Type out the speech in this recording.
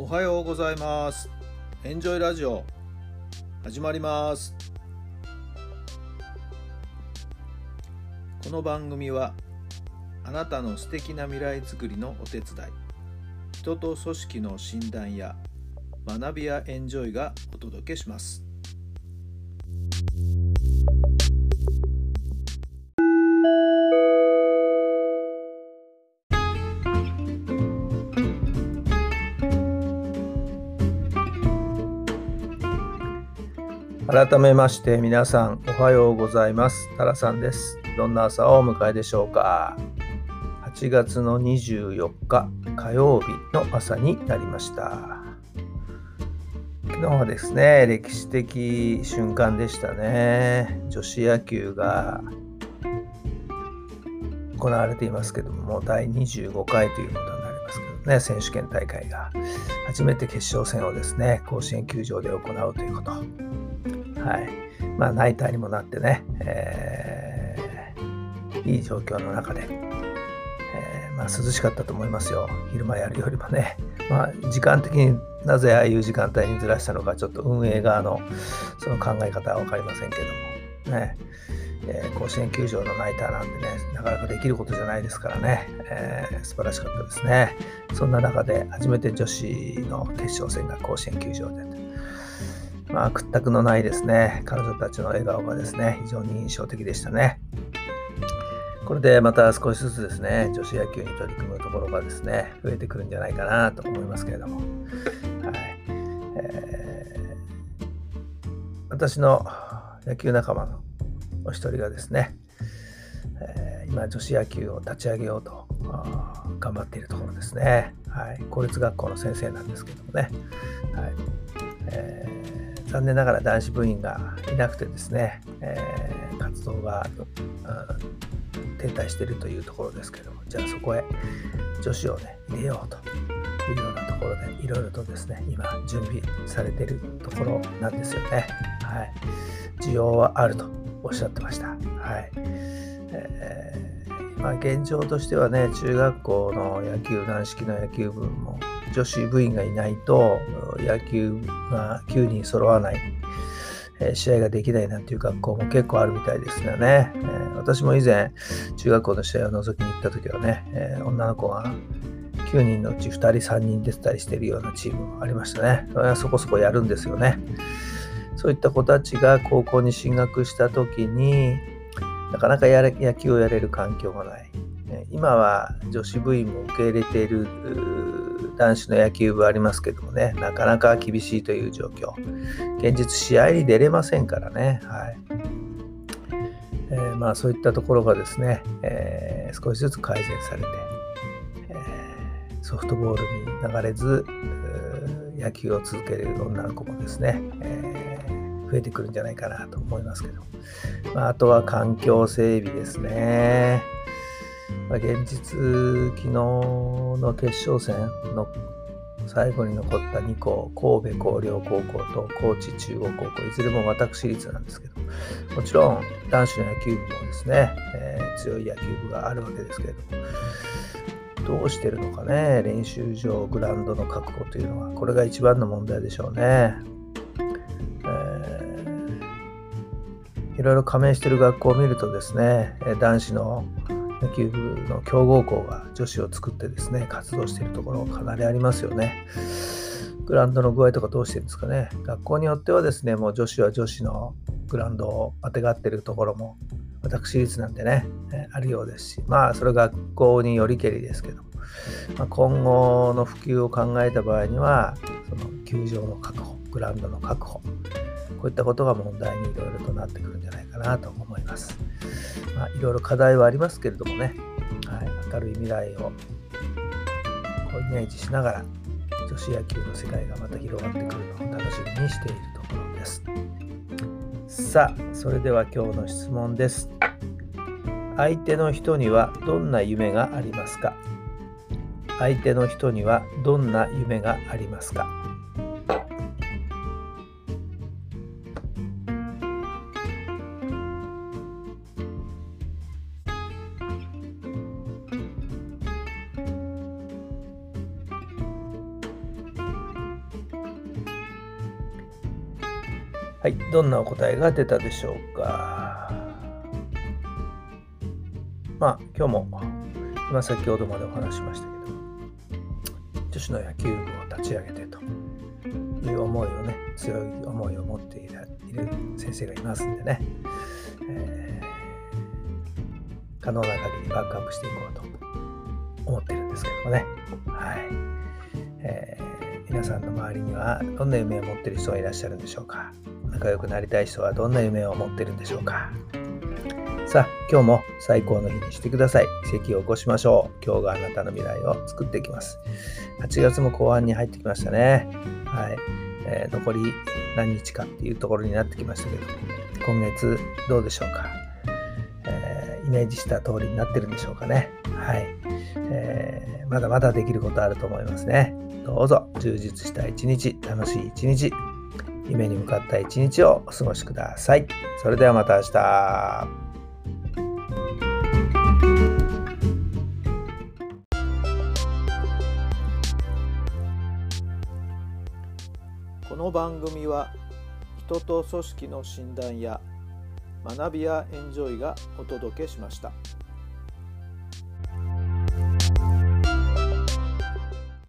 おはようございます。エンジョイラジオ始まります。この番組はあなたの素敵な未来づくりのお手伝い、人と組織の診断や学びやエンジョイがお届けします。改めまして皆さんおはようございます。タラさんです。どんな朝をお迎えでしょうか。8月の24日火曜日の朝になりました。昨日はですね、歴史的瞬間でしたね。女子野球が行われていますけども、第25回ということになりますけどね、選手権大会が初めて決勝戦をですね、甲子園球場で行うということ。ナイターにもなってね、いい状況の中で、涼しかったと思いますよ。昼間やるよりもね、時間的になぜああいう時間帯にずらしたのか、ちょっと運営側のその考え方は分かりませんけどもね、甲子園球場のナイターなんてね、なかなかできることじゃないですからね、素晴らしかったですね。そんな中で初めて女子の決勝戦が甲子園球場で、屈託のないですね、彼女たちの笑顔がですね、非常に印象的でしたね。これでまた少しずつですね、女子野球に取り組むところがですね、増えてくるんじゃないかなと思いますけれども、私の野球仲間のお一人がですね、今女子野球を立ち上げようと頑張っているところですね。公立学校の先生なんですけどもね、残念ながら男子部員がいなくてですね、活動が、停滞しているというところですけども、じゃあそこへ女子をね入れようというようなところでいろいろとですね、今準備されているところなんですよね。需要はあるとおっしゃってました。現状としてはね、中学校の軟式の野球部も女子部員がいないと野球が9人揃わない、試合ができないなんていう学校も結構あるみたいですよね。私も以前中学校の試合を覗きに行った時はね、女の子が9人のうち2人3人出てたりしているようなチームもありましたね。それはそこそこやるんですよね。そういった子たちが高校に進学した時になかなか野球をやれる環境がない。今は女子部員も受け入れている男子の野球部ありますけどもね、なかなか厳しいという状況。現実試合に出れませんからね。そういったところがですね、少しずつ改善されて、ソフトボールに流れず野球を続ける女の子もですね、増えてくるんじゃないかなと思いますけど、あとは環境整備ですね。現実昨日の決勝戦の最後に残った2校、神戸弘陵高校と高知中央高校、いずれも私立なんですけど、もちろん男子の野球部もですね、強い野球部があるわけですけれども、どうしてるのかね。練習場グラウンドの確保というのはこれが一番の問題でしょうね。いろいろ加盟している学校を見るとですね、男子の野球部の強豪校が女子を作ってですね、活動しているところかなりありますよね。グラウンドの具合とかどうしてるんですかね。学校によってはですね、もう女子は女子のグラウンドをあてがっているところも私立なんてね、あるようですし、それが学校によりけりですけど、今後の普及を考えた場合には、その球場の確保、グラウンドの確保、こういったことが問題にいろいろとなってくるんじゃないかなと思います。いろいろ課題はありますけれどもね、明るい未来をイメージしながら女子野球の世界がまた広がってくるのを楽しみにしているところです。さあ、それでは今日の質問です。相手の人にはどんな夢がありますか？相手の人にはどんな夢がありますか？ はい、どんなお答えが出たでしょうか。今日も先ほどまでお話しましたけど、女子の野球部を立ち上げてという思いをね、強い思いを持っている先生がいますんでね、可能な限りバックアップしていこうと思ってるんですけどもね。はい。皆さんの周りにはどんな夢を持っている人がいらっしゃるんでしょうか。仲良くなりたい人はどんな夢を持っているんでしょうか。さあ、今日も最高の日にしてください。奇跡を起こしましょう。今日があなたの未来を作っていきます。8月も後半に入ってきましたね。はい。残り何日かっていうところになってきましたけど、今月どうでしょうか。イメージした通りになってるんでしょうかね。はい。まだまだできることあると思いますね。どうぞ充実した一日、楽しい一日、夢に向かった一日をお過ごしください。それではまた明日。この番組は人と組織の診断や学びやエンジョイがお届けしました。